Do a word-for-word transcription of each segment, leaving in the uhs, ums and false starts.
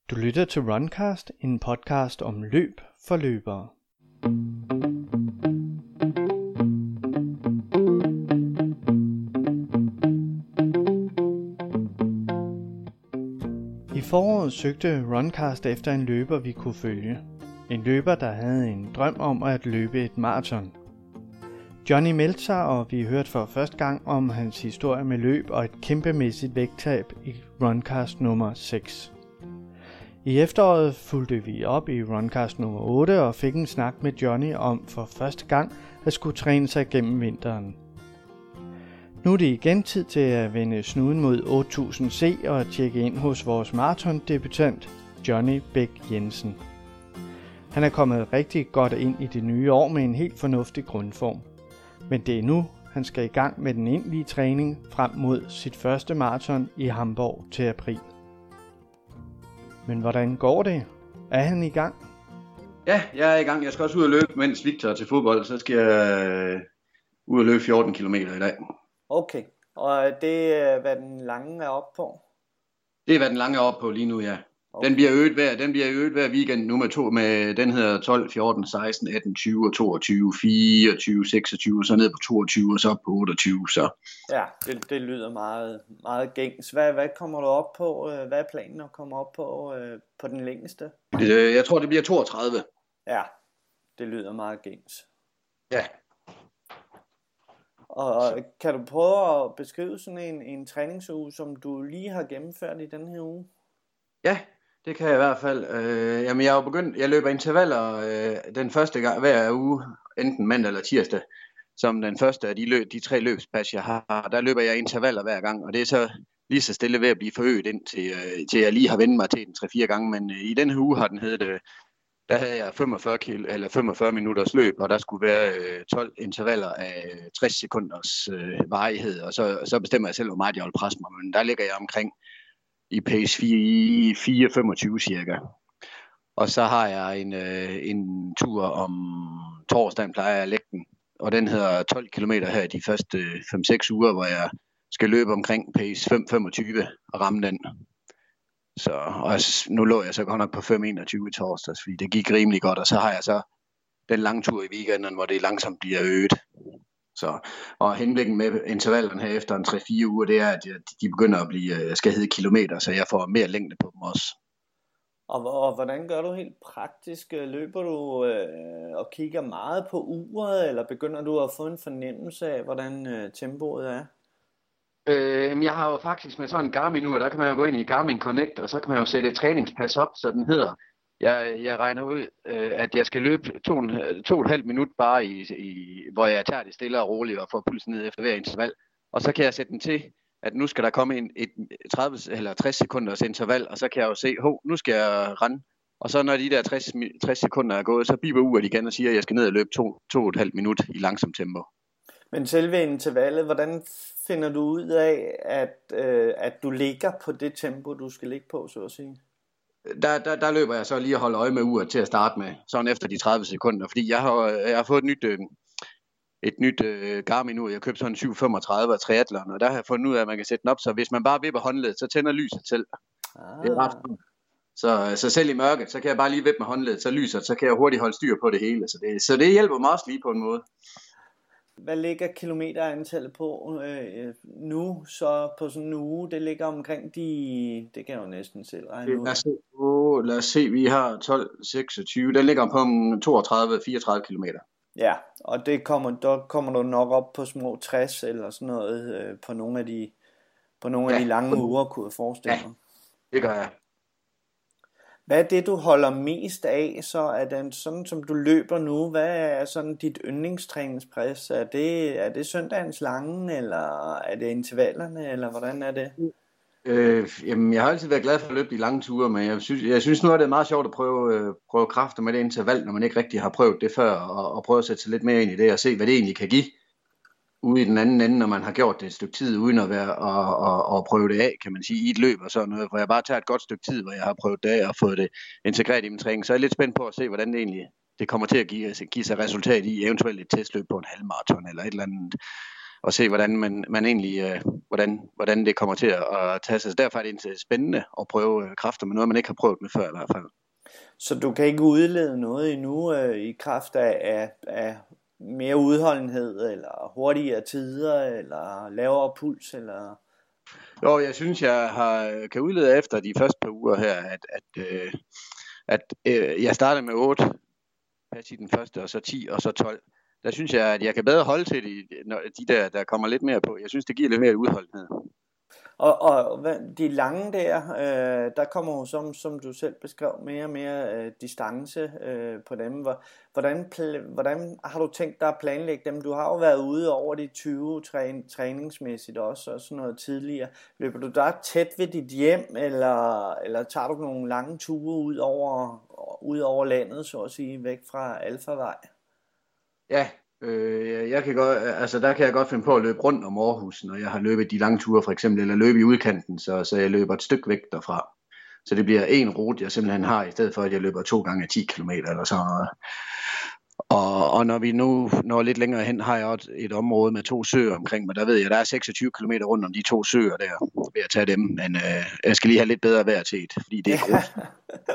Du lytter til Runcast, en podcast om løb for løbere. I foråret søgte Runcast efter en løber, vi kunne følge. En løber, der havde en drøm om at løbe et maraton. Johnny meldte sig, og vi hørte for første gang om hans historie med løb og et kæmpemæssigt vægttab i Runcast nummer seks. I efteråret fulgte vi op i Runcast nummer otte og fik en snak med Johnny om for første gang at skulle træne sig gennem vinteren. Nu er det igen tid til at vende snuden mod otte tusind C og tjekke ind hos vores maratondebutant Johnny Bæk Jensen. Han er kommet rigtig godt ind i det nye år med en helt fornuftig grundform. Men det er nu, han skal i gang med den egentlige træning frem mod sit første maraton i Hamburg til april. Men hvordan går det? Er han i gang? Ja, jeg er i gang. Jeg skal også ud og løbe, mens Victor er til fodbold. Så skal jeg øh, ud og løbe fjorten kilometer i dag. Okay, og det er, hvad den lange er op på? Det er, hvad den lange er op på lige nu, ja. Okay. Den bliver øget hver, den bliver øget hver weekend nu med to, med den hedder tolv, fjorten, seksten, atten, tyve og toogtyve, fireogtyve, seksogtyve, så ned på toogtyve og så op på otteogtyve, så. Ja, det, det lyder meget, meget gængs. Hvad, hvad kommer du op på? Hvad er planen at komme op på, på den længste? Det, jeg tror, det bliver toogtredive. Ja, det lyder meget gængs. Ja. Og kan du prøve at beskrive sådan en, en træningsuge, som du lige har gennemført i den her uge? Ja, det kan jeg i hvert fald. Øh, jamen jeg er jo begyndt, jeg løber intervaller øh, den første gang hver uge, enten mandag eller tirsdag, som den første af de, løb, de tre løbspas, jeg har. Der løber jeg intervaller hver gang, og det er så lige så stille ved at blive forøget ind til, øh, til jeg lige har vendt mig til den tre-fire gange, men øh, i den her uge har den heddet, øh, der havde jeg femogfyrre, kilo, eller femogfyrre minutters løb, og der skulle være øh, tolv intervaller af tres sekunders øh, varighed, og så, så bestemmer jeg selv, hvor meget jeg vil presse mig, men der ligger jeg omkring i pace fire femogtyve cirka. Og så har jeg en, øh, en tur om torsdagen, plejer jeg at lægge den. Og den hedder tolv kilometer her de første fem seks uger, hvor jeg skal løbe omkring pace fem femogtyve og ramme den. Så, og nu lå jeg så godt nok på fem enogtyve i torsdags, fordi det gik rimelig godt. Og så har jeg så den lange tur i weekenden, hvor det langsomt bliver øget. Så, og henblikken med intervallerne her efter en tre-fire uger, det er, at de begynder at blive, skal hedde kilometer, så jeg får mere længde på dem også. Og, og hvordan gør du helt praktisk? Løber du øh, og kigger meget på uret, eller begynder du at få en fornemmelse af, hvordan øh, tempoet er? Øh, jeg har jo faktisk med sådan en Garmin-ur, der kan man jo gå ind i Garmin Connect, og så kan man jo sætte et træningspas op, så den hedder. Jeg, jeg regner ud, øh, at jeg skal løbe to, to og et halvt minut bare, i, i, hvor jeg tager det stille og roligt og får pulsen ned efter hver interval. Og så kan jeg sætte den til, at nu skal der komme en, et tredive eller tres sekunders interval, og så kan jeg jo se, hov, nu skal jeg rende. Og så når de der tres, tres sekunder er gået, så biber uret igen og siger, at jeg skal ned og løbe to, to og et halvt minut i langsomt tempo. Men selve intervallet, hvordan finder du ud af, at, øh, at du ligger på det tempo, du skal ligge på, så at sige? Der, der, der løber jeg så lige at holde øje med uret til at starte med, sådan efter de tredive sekunder, fordi jeg har, jeg har fået et nyt, et nyt uh, Garmin-ur. Jeg købte sådan en syv femogtredive af Triathlon, og der har jeg fundet ud af, at man kan sætte den op, så hvis man bare vipper håndledet, så tænder lyset selv. Ah. Det er ret fint. Så, så selv i mørket, så kan jeg bare lige vippe med håndledet, så lyser, så kan jeg hurtigt holde styr på det hele. Så det, så det hjælper mig også lige på en måde. Hvad ligger kilometerantallet på øh, nu, så på sådan en uge? Det ligger omkring de, det kan jeg jo næsten selv regne ud. Lad os se, oh, lad os se vi har tolv seksogtyve, den ligger på toogtredive fireogtredive kilometer. Ja, og det kommer, der kommer du nok op på små tres eller sådan noget øh, på nogle af de, på nogle ja. af de lange uger, kunne jeg forestille mig. Ja, det gør jeg. Hvad er det, du holder mest af, så er den sådan, som du løber nu? Hvad er sådan dit yndlingstræningspres? Er det, er det søndagens lange, eller er det intervallerne, eller hvordan er det? Øh, jamen, jeg har altid været glad for at løbe de lange ture, men jeg synes, jeg synes nu er det meget sjovt at prøve, øh, prøve kræfter med det interval, når man ikke rigtig har prøvet det før, og, og prøve at sætte sig lidt mere ind i det, og se, hvad det egentlig kan give ude i den anden ende, når man har gjort det et stykke tid, uden at være og, og, og prøve det af, kan man sige, i et løb og sådan noget, hvor jeg bare tager et godt stykke tid, hvor jeg har prøvet det af og fået det integreret i min træning, så er jeg lidt spændt på at se, hvordan det egentlig det kommer til at give, altså, give sig resultat i eventuelt et testløb på en halvmaraton eller et eller andet. og se, hvordan man, man egentlig, øh, hvordan, hvordan det kommer til at, at tage sig. Så derfor er det spændende at prøve øh, kræfter med noget, man ikke har prøvet med før i hvert fald. Så du kan ikke udlede noget endnu øh, i kraft af, af, af mere udholdenhed, eller hurtigere tider, eller lavere puls, eller... Jo, jeg synes, jeg har, kan udlede efter de første par uger her, at, at, øh, at øh, jeg startede med otte pas i den første, og så ti, og så tolv. Der synes jeg, at jeg kan bedre holde til de, når de der, der kommer lidt mere på. Jeg synes, det giver lidt mere udholdenhed. Og, og hvad- de lange der, øh, der kommer jo som, som du selv beskrev, mere og mere øh, distance øh, på dem. Hvor- Hvordan, pl- hvordan har du tænkt dig at planlægge dem? Du har jo været ude over de tyve træn- træningsmæssigt også, og sådan noget tidligere. Løber du der tæt ved dit hjem, eller, eller tager du nogle lange ture ud over, ud over landet, så at sige, væk fra Alfavej? Ja, øh, jeg kan godt, altså der kan jeg godt finde på at løbe rundt om Aarhus, når jeg har løbet de lange ture for eksempel, eller løbe i udkanten, så, så jeg løber et stykke væk derfra. Så det bliver en rute, jeg simpelthen har, i stedet for at jeg løber to gange ti kilometer eller sådan noget. Og, og når vi nu når lidt længere hen, har jeg også et område med to søer omkring mig. Der ved jeg, der er seksogtyve kilometer rundt om de to søer der, ved at tage dem. Men øh, jeg skal lige have lidt bedre vejr til det, fordi det er grus.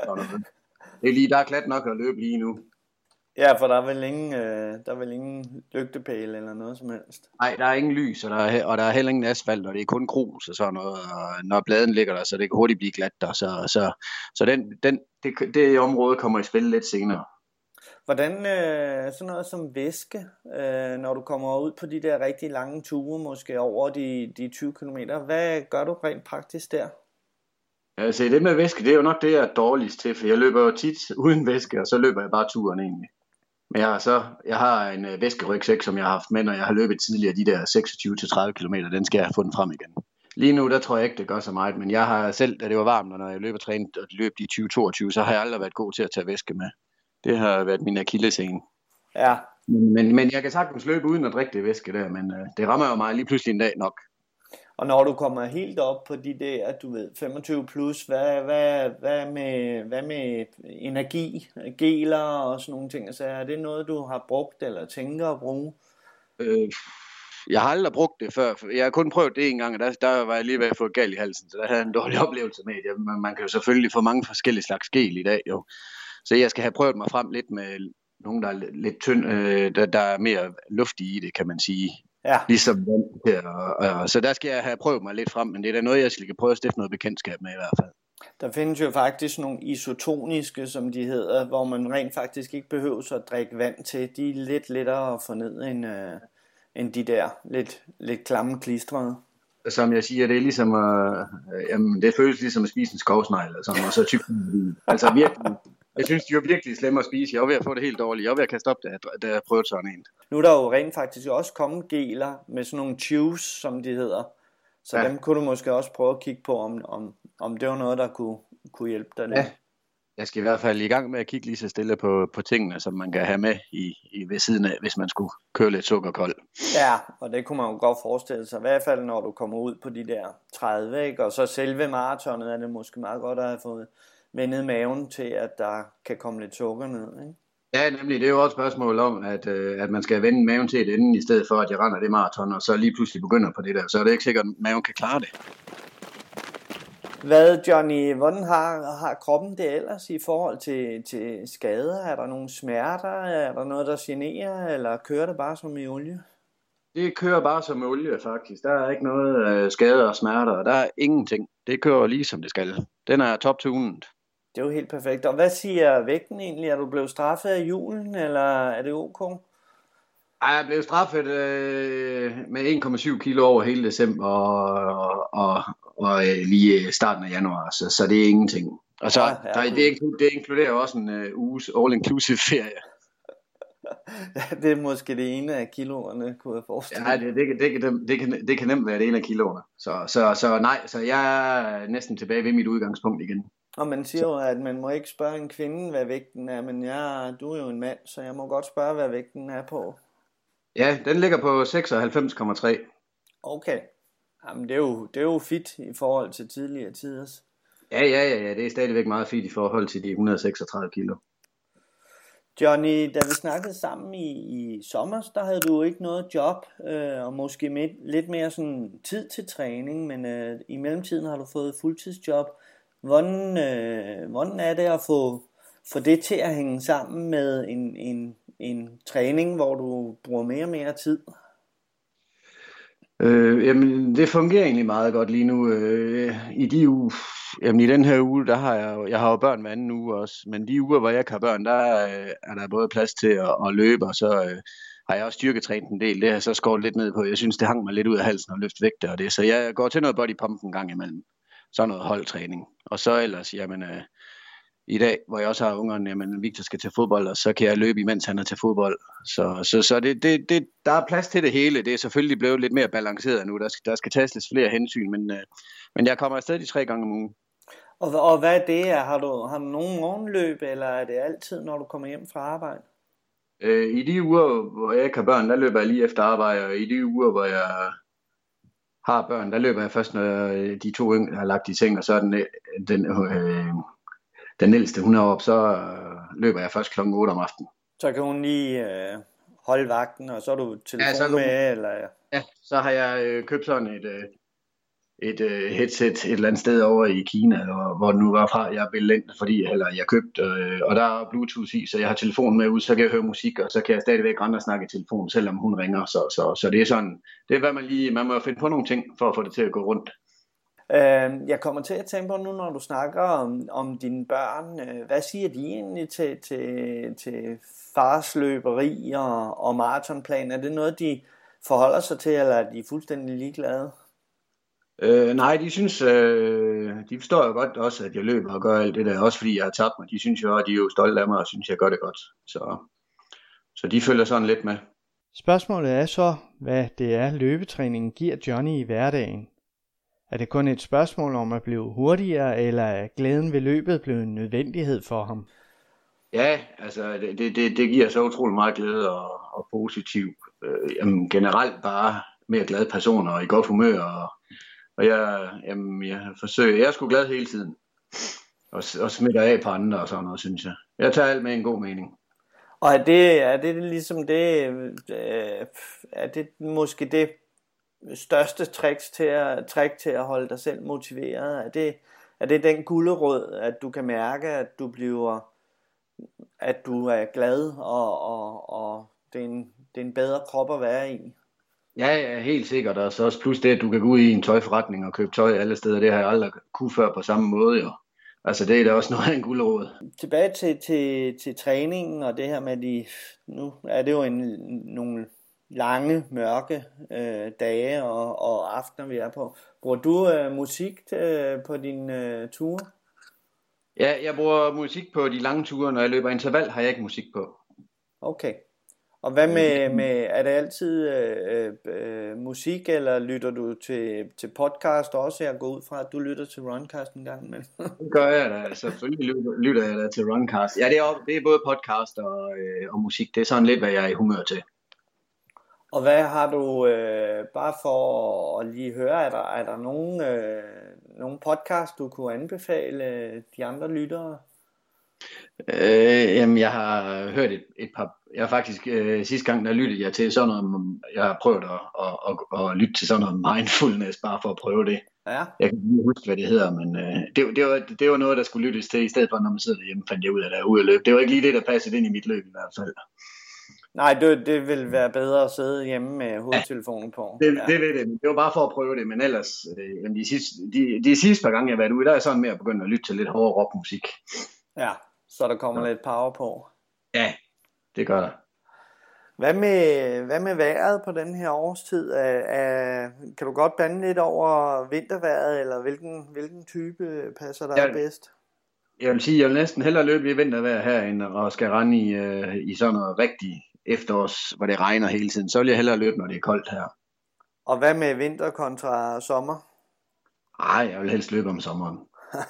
Det er lige, der er klat nok at løbe lige nu. Ja, for der er vel ingen, øh, der er vel ingen lygtepæle eller noget som helst. Nej, der er ingen lys, og der er, he- og der er heller ingen asfalt, og det er kun grus og sådan noget. Og når bladen ligger der, så det kan hurtigt blive glat der. Så, så, så den, den, det, det område kommer i spil lidt senere. Hvordan øh, sådan noget som væske, øh, når du kommer ud på de der rigtig lange ture, måske over de, de tyve kilometer, hvad gør du rent praktisk der? Altså det med væske, det er jo nok det, jeg er dårligst til, for jeg løber jo tit uden væske, og så løber jeg bare turen egentlig. Men jeg har så, jeg har en øh, væskerygsæk, som jeg har haft med, når jeg har løbet tidligere, de der seksogtyve til tredive kilometer, den skal jeg have fundet frem igen. Lige nu, der tror jeg ikke, det gør så meget, men jeg har selv, da det var varmt, og når jeg løber trænet og løb de tyve toogtyve, så har jeg aldrig været god til at tage væske med. Det har været min akilleshæl. Ja, Men, men, men jeg kan sagtens løbe uden at drikke det væske der, men øh, det rammer jo mig lige pludselig en dag nok. og når du kommer helt op på de der, du ved, femogtyve plus, hvad, hvad, hvad, med, hvad med energi, geler og sådan nogle ting? Så er det noget, du har brugt eller tænker at bruge? Øh, jeg har aldrig brugt det før. Jeg har kun prøvet det en gang, og der, der var jeg lige ved at få et galt i halsen, så der havde jeg en dårlig oplevelse med det. Man, man kan jo selvfølgelig få mange forskellige slags gel i dag, jo. Så jeg skal have prøvet mig frem lidt med nogen, der er lidt tynd, øh, der, der er mere luftige i det, kan man sige. Ja. Ligesom den her. Og, og, så der skal jeg have prøvet mig lidt frem, men det er da noget, jeg skal prøve at stifte noget bekendtskab med i hvert fald. Der findes jo faktisk nogle isotoniske, som de hedder, hvor man rent faktisk ikke behøver at drikke vand til. De er lidt lettere at få ned end, øh, end de der lidt, lidt klamme klistrede. Som jeg siger, det er ligesom at, øh, jamen, det føles ligesom at spise en skovsnegl, og, sådan, og så tyk. Altså virkelig, jeg synes, de er virkelig slemme at spise. Jeg er ved at få det helt dårligt. Jeg er ved at kaste op, da jeg, da jeg prøvede sådan en. Nu er der jo rent faktisk også kommet geler med sådan nogle chews, som de hedder. Så ja. Dem kunne du måske også prøve at kigge på, om, om, om det var noget, der kunne, kunne hjælpe dig lidt. Ja. Jeg skal i hvert fald i gang med at kigge lige så stille på, på tingene, som man kan have med i, i ved siden af, hvis man skulle køre lidt sukkerkold. Ja, og det kunne man jo godt forestille sig. I hvert fald når du kommer ud på de der tredive, ikke? Og så selve maratonet er det måske meget godt at have fået vendet maven til, at der kan komme lidt sukker ned, ikke? Ja, nemlig. Det er jo også et spørgsmål om, at, øh, at man skal vende maven til et ende, i stedet for, at jeg render det maraton, og så lige pludselig begynder på det der. Så er det ikke sikkert, at maven kan klare det. Hvad, Johnny, hvordan har, har kroppen det ellers i forhold til, til skader? Er der nogle smerter? Er der noget, der generer? Eller kører det bare som i olie? Det kører bare som olie, faktisk. Der er ikke noget øh, skader og smerter, og der er ingenting. Det kører lige som det skal. Den er top-tunet. Det er jo helt perfekt. Og hvad siger vægten egentlig? Er du blevet straffet af julen, eller er det ok? Ej, jeg blev straffet øh, med en komma syv kilo over hele december og, og, og øh, lige starten af januar, så, så det er ingenting. Og så, ja, ja, der, det, det inkluderer også en øh, uges all-inclusive ferie. Det er måske det ene af kiloerne, kunne jeg forestille mig. Ja, det, det, det, det, det, kan, det kan nemt være det ene af kiloerne. Så, så, så nej, så jeg er næsten tilbage ved mit udgangspunkt igen. Og man siger jo, at man må ikke spørge en kvinde, hvad vægten er, men jeg, du er jo en mand, så jeg må godt spørge, hvad vægten er på. Ja, den ligger på seksoghalvfems komma tre. Okay. Jamen, det er jo, det er jo fit i forhold til tidligere tiders. Ja, ja, ja, ja, det er stadigvæk meget fit i forhold til de et hundrede og seksogtredive kilo. Johnny, da vi snakkede sammen i, i sommer, der havde du ikke noget job, øh, og måske med, lidt mere sådan tid til træning, men øh, i mellemtiden har du fået fuldtidsjob. Hvordan, øh, hvordan er det at få, få det til at hænge sammen med en, en, en træning, hvor du bruger mere og mere tid? Øh, jamen, det fungerer egentlig meget godt lige nu. Øh, I de uger, jamen i den her uge, der har jeg jo, jeg har jo børn hver anden uge også, men de uger, hvor jeg ikke har børn, der er, er der både plads til at, at løbe, og så øh, har jeg også styrketrænet en del. Det har jeg så skåret lidt ned på. Jeg synes, det hang mig lidt ud af halsen at løfte vægte og det, så jeg går til noget body pump en gang imellem. Så noget holdtræning. Og så ellers, jamen, øh, i dag, hvor jeg også har ungerne, jamen Victor skal til fodbold, og så kan jeg løbe, imens han er til fodbold. Så, så, så det, det, det, der er plads til det hele. Det er selvfølgelig blevet lidt mere balanceret nu. Der skal, der skal tages lidt flere hensyn, men, øh, men jeg kommer afsted de tre gange om ugen. Og, og hvad er det? Har du, har du nogen morgenløb, eller er det altid, når du kommer hjem fra arbejde? Øh, I de uger, hvor jeg ikke har børn, der løber jeg lige efter arbejde, og i de uger, hvor jeg har børn, der løber jeg først, når jeg, de to yngre har lagt i seng, og så er den, den, øh, den ældste, hun er op, så øh, løber jeg først klokken otte om aftenen. Så kan hun lige øh, holde vagten, og så er du telefon ja, så med, med, eller? Ja, så har jeg øh, købt sådan et, øh, et øh, headset et eller andet sted over i Kina, og, hvor det nu var fra, jeg ville ind, fordi eller jeg købte, øh, og der er Bluetooth i, så jeg har telefonen med ud, så kan jeg høre musik, og så kan jeg stadigvæk rende og snakke i telefonen, selvom hun ringer, så, så, så det er sådan, det er hvad man lige, man må finde på nogle ting, for at få det til at gå rundt. Øh, jeg kommer til at tænke på nu, når du snakker om, om dine børn, øh, hvad siger de egentlig til, til, til fars løberi og, og maratonplan? Er det noget, de forholder sig til, eller er de fuldstændig ligeglade? Øh, nej, de synes, øh, de forstår jo godt også, at jeg løber og gør alt det der, også fordi jeg har tabt mig. De synes jo, at de er jo stolte af mig, og synes, jeg gør det godt. Så, så de følger sådan lidt med. Spørgsmålet er så, hvad det er, løbetræningen giver Johnny i hverdagen. Er det kun et spørgsmål om at blive hurtigere, eller er glæden ved løbet blevet en nødvendighed for ham? Ja, altså det, det, det giver så utrolig meget glæde og, og positiv. Øh, jamen, generelt bare mere glade personer og i godt humør. Og, og jeg, jamen, jeg forsøger, jeg er sgu glad hele tiden. Og, og smitter af på andre og sådan noget, synes jeg. Jeg tager alt med en god mening. Og er det, er det ligesom det, øh, er det måske det største trick til at, trick til at holde dig selv motiveret? Er det, er det den gulerod, at du kan mærke, at du bliver, at du er glad, og, og, og det, er en, det er en bedre krop at være i? Ja, ja, helt sikkert. Og så også plus det, at du kan gå ud i en tøjforretning og købe tøj alle steder. Det har jeg aldrig kunne før på samme måde, jo. Altså det er da også noget af en gulerod. Tilbage til, til, til træningen og det her med de, nu er det jo en, nogle lange, mørke øh, dage og, og aftener, vi er på. Bruger du øh, musik øh, på dine øh, ture? Ja, jeg bruger musik på de lange ture. Når jeg løber interval, har jeg ikke musik på. Okay. Og hvad med, med er det altid øh, øh, musik, eller lytter du til, til podcast også? Jeg går ud fra, at du lytter til Runcast en gang. Men det gør jeg da. Selvfølgelig lytter, lytter jeg da til Runcast. Ja, det er, det er både podcast og, øh, og musik. Det er sådan lidt, hvad jeg er i humør til. Og hvad har du, øh, bare for at lige høre, er der, er der nogen, øh, nogen podcast, du kunne anbefale de andre lyttere? Øh, jamen, jeg har hørt et, et par, jeg har faktisk, øh, sidste gang, der lyttede jeg til sådan noget, jeg har prøvet at, at, at, at lytte til sådan noget mindfulness, bare for at prøve det. Ja. Jeg kan ikke huske, hvad det hedder, men øh, det, det, var, det var noget, der skulle lyttes til, i stedet for, når man sidder derhjemme, fandt jeg ud af, at jeg er ude at løbe. Det var ikke lige det, der passede ind i mit løb i hvert fald. Nej, det, det vil være bedre at sidde hjemme med hovedtelefonen på. Det, ja. det ved det. Det var bare for at prøve det, men ellers, øh, de, sidste, de, de sidste par gange, jeg har været ude, der er sådan mere begyndt at lytte til lidt hårdere rockmusik. Ja, så der kommer ja. lidt power på. Ja, det gør der. Hvad med, hvad med vejret på den her årstid? Er, er, kan du godt bande lidt over vintervejret, eller hvilken, hvilken type passer der jeg, bedst? Jeg vil sige, jeg vil næsten hellere løbe i vintervejr her, end at skal rende i, uh, i sådan noget rigtig efterårs, hvor det regner hele tiden. Så vil jeg hellere løbe, når det er koldt her. Og hvad med vinter kontra sommer? Nej, jeg vil helst løbe om sommeren.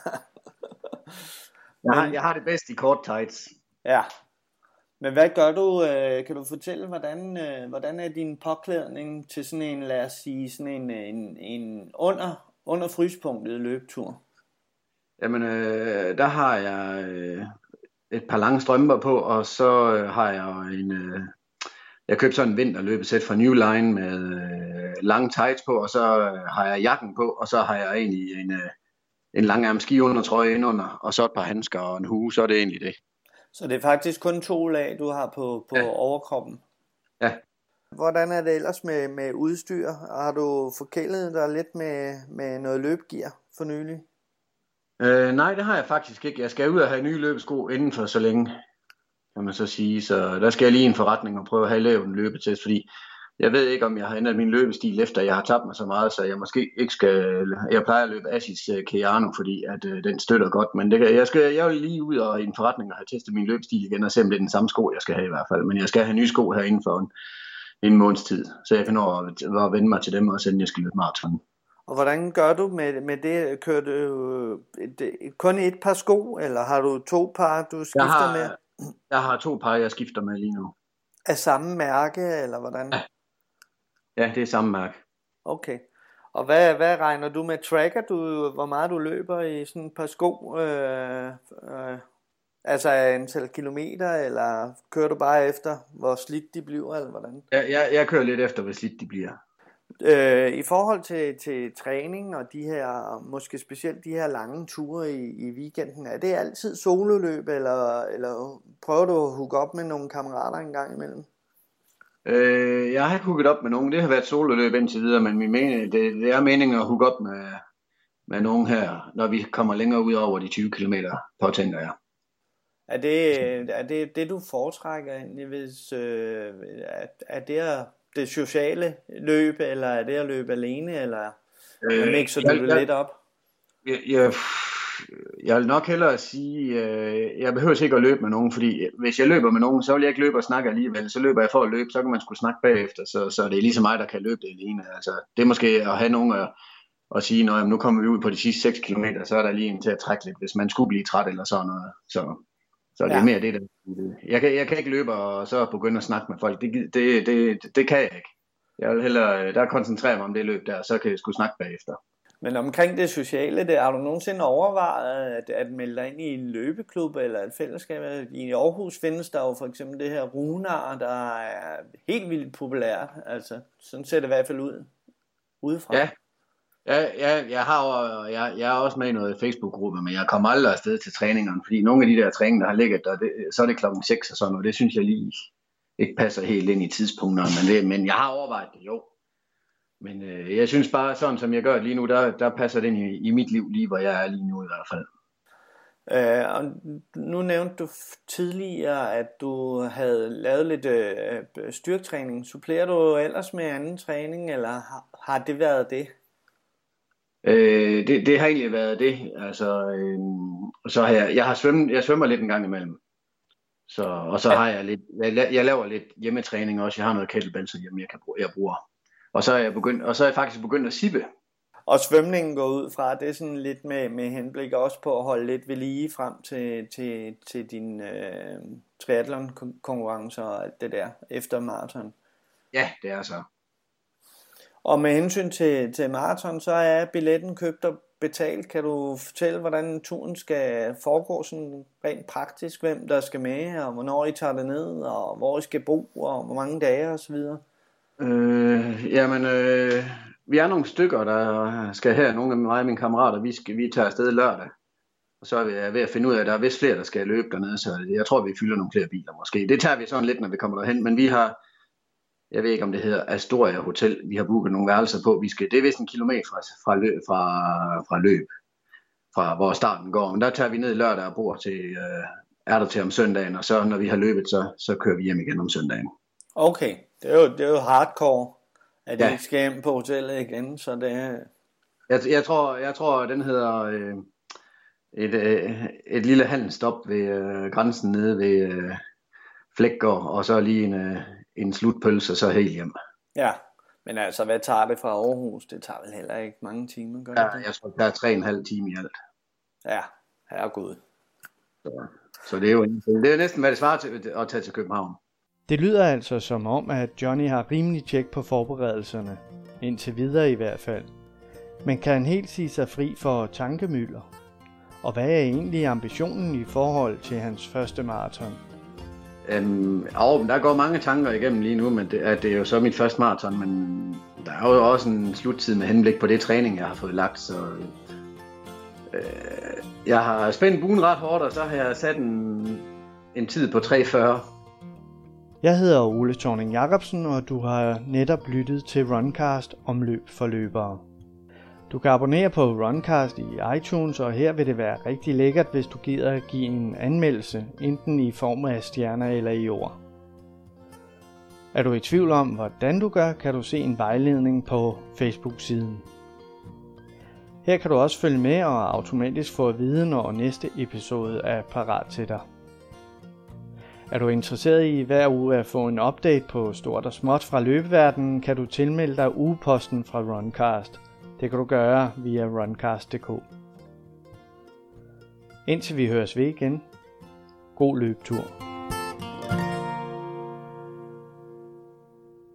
jeg, har, jeg har det bedst i kort tights. Ja. Men hvad gør du? Kan du fortælle, hvordan, hvordan er din påklædning til sådan en, lad os sige, sådan en, en, en under, under fryspunktet løbetur? Jamen, øh, der har jeg øh, et par lange strømper på, og så øh, har jeg en... Øh, jeg købte sådan en vinterløbesæt fra New Line med øh, lange tights på, og så øh, har jeg jakken på, og så har jeg egentlig en, øh, en langærmet skiundertrøje indenunder, og så et par handsker og en hue, så er det egentlig det. Så det er faktisk kun to lag, du har på, på ja. overkroppen? Ja. Hvordan er det ellers med, med udstyr? Har du forkælet dig lidt med, med noget løbgear for nylig? Øh, nej, det har jeg faktisk ikke. Jeg skal ud og have nye løbesko inden for så længe, kan man så sige. Så der skal jeg lige i en forretning og prøve at have lavet en løbetest, fordi jeg ved ikke, om jeg har ændret min løbestil efter, jeg har tabt mig så meget, så jeg måske ikke skal... Jeg plejer at løbe Asics Keanu, fordi at, øh, den støtter godt, men det, jeg, skal, jeg vil lige ud og i en forretning og have testet min løbestil igen, og se om det er den samme sko, jeg skal have i hvert fald. Men jeg skal have nye sko her inden for en, en måneds tid, så jeg kan nå at, at vende mig til dem, og siden jeg skal løbe maraton. Og hvordan gør du med, med det? Kører du det, kun et par sko, eller har du to par, du skifter jeg har, med? Jeg har to par, jeg skifter med lige nu. Af samme mærke, eller hvordan? Ja, ja det er samme mærke. Okay. Og hvad, hvad regner du med? Tracker du, hvor meget du løber i sådan et par sko? Øh, øh, altså antal kilometer, eller kører du bare efter, hvor slidt de bliver, eller hvordan? Ja, jeg, jeg kører lidt efter, hvor slidt de bliver. Øh, I forhold til, til træning og de her, måske specielt de her lange ture i, i weekenden, er det altid sololøb, eller, eller prøver du at hooke op med nogle kammerater en gang imellem? Øh, jeg har ikke hooket op med nogen. Det har været sololøb indtil videre, men min mening, det, det er meningen at hooke op med, med nogen her, når vi kommer længere ud over de tyve kilometer, påtænker jeg. Er det, er det det, du foretrækker egentlig, hvis, øh, er, er det det sociale løb, eller er det at løbe alene, eller øh, mixer du det lidt op? Jeg, jeg, jeg vil nok hellere sige, øh, jeg behøver ikke at løbe med nogen, fordi hvis jeg løber med nogen, så vil jeg ikke løbe og snakke alligevel. Så løber jeg for at løbe, så kan man sgu snakke bagefter, så, så det er ligesom mig, der kan løbe det alene. Altså, det er måske at have nogen at, at sige, når nu kommer vi ud på de sidste seks kilometer, så er der lige en til at trække lidt, hvis man skulle blive træt eller sådan noget. Så, så det er ja. mere det, der. Jeg kan, jeg kan ikke løbe og så begynde at snakke med folk. Det, det, det, det kan jeg ikke. Jeg vil hellere, der koncentrere mig om det løb der, så kan jeg sgu snakke bagefter. Men omkring det sociale, det, har du nogensinde overvejet at, at melde dig ind i en løbeklub eller et fællesskab? I Aarhus findes der jo for eksempel det her Runar, der er helt vildt populært. Altså, sådan ser det i hvert fald ud udefra. Ja, ja, ja jeg, har, jeg, jeg er også med i noget Facebook-gruppe, men jeg kommer aldrig afsted til træningerne, fordi nogle af de der træninger, der har ligget der, det, så er det klokken seks og sådan noget. Det synes jeg lige ikke passer helt ind i tidspunkterne, men, det, men jeg har overvejet det, jo. Men øh, jeg synes bare, sådan som jeg gør det lige nu, der, der passer det ind i, i mit liv lige, hvor jeg er lige nu i hvert fald. Øh, og nu nævnte du tidligere, at du havde lavet lidt øh, styrketræning. Supplerer du ellers med anden træning, eller har, har det været det? Øh, det? Det har egentlig været det. Altså, øh, så har jeg, jeg, har svømmet, jeg svømmer lidt en gang imellem. Så, og så ja. har jeg lidt, jeg, jeg laver lidt hjemmetræning også. Jeg har noget kettlebells hjemme, jeg, kan bruge, jeg bruger. Og så er jeg begyndt, og så er jeg faktisk begyndt at sippe. Og svømningen går ud fra, det er sådan lidt med, med henblik også på at holde lidt ved lige frem til, til, til din øh, triathlon-konkurrence og alt det der efter maraton. Ja, det er så. Og med hensyn til, til maraton, så er billetten købt og betalt. Kan du fortælle, hvordan turen skal foregå sådan rent praktisk? Hvem der skal med, og hvornår I tager det ned, og hvor I skal bo, og hvor mange dage osv.? Øh, jamen, øh, vi er nogle stykker, der skal her. Nogle af mig og mine kammerater, vi, skal, vi tager afsted lørdag. Og så er vi ved at finde ud af, at der er vist flere, der skal løbe dernede. Så jeg tror, vi fylder nogle flere biler måske. Det tager vi sådan lidt, når vi kommer derhen. Men vi har, jeg ved ikke om det hedder Astoria Hotel. Vi har booket nogle værelser på. Vi skal, det er vist en kilometer fra, fra, løb, fra, fra løb, fra hvor starten går. Men der tager vi ned lørdag og bor til, øh, er der til om søndagen. Og så når vi har løbet, så, så kører vi hjem igen om søndagen. Okay, det er jo, det er jo hardcore, at ja. I skal hjem på hotellet igen, så det er... Jeg, jeg, tror, jeg tror, den hedder øh, et, øh, et lille handelsstop ved øh, grænsen nede ved øh, Flækgaard, og så lige en, øh, en slutpølse, og så helt hjem. Ja, men altså, hvad tager det fra Aarhus? Det tager vel heller ikke mange timer, gør det? Ja, jeg tror, der er tre og en halv time i alt. Ja, herregud. Så, så det er jo det er næsten, hvad det svarer til at tage til København. Det lyder altså som om, at Johnny har rimelig tjek på forberedelserne, indtil videre i hvert fald. Men kan han helt sige sig fri for tankemylder? Og hvad er egentlig ambitionen i forhold til hans første maraton? Øhm, og der går mange tanker igennem lige nu, men det er, det er jo så mit første maraton, men der er jo også en sluttid med henblik på det træning, jeg har fået lagt, så øh, jeg har spændt buen ret hårdt, og så har jeg sat en, en tid på tre fyrre. Jeg hedder Ole Thorning Jacobsen, og du har netop lyttet til Runcast om løb for løbere. Du kan abonnere på Runcast i iTunes, og her vil det være rigtig lækkert, hvis du gider at give en anmeldelse, enten i form af stjerner eller i ord. Er du i tvivl om, hvordan du gør, kan du se en vejledning på Facebook-siden. Her kan du også følge med og automatisk få at vide, når næste episode er parat til dig. Er du interesseret i hver uge at få en update på stort og småt fra løbeverdenen, kan du tilmelde dig ugeposten fra Runcast. Det kan du gøre via runcast punktum d k. Indtil vi høres ved igen. God løbetur.